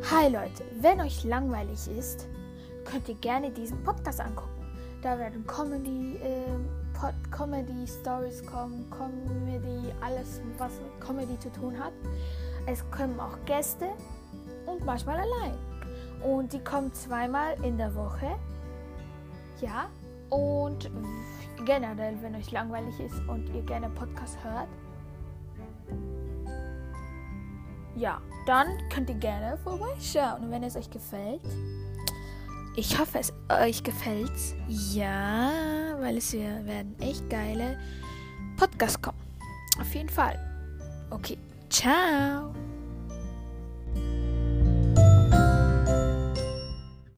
Hi Leute, wenn euch langweilig ist, könnt ihr gerne diesen Podcast angucken. Da werden Comedy-Stories kommen, Comedy, alles was mit Comedy zu tun hat. Es kommen auch Gäste und manchmal allein. Und die kommen 2-mal in der Woche. Ja, und generell, wenn euch langweilig ist und ihr gerne Podcast hört, ja, dann könnt ihr gerne vorbeischauen. Und wenn es euch gefällt, ich hoffe, es euch gefällt, ja, weil es werden echt geile Podcasts kommen. Auf jeden Fall. Okay, ciao.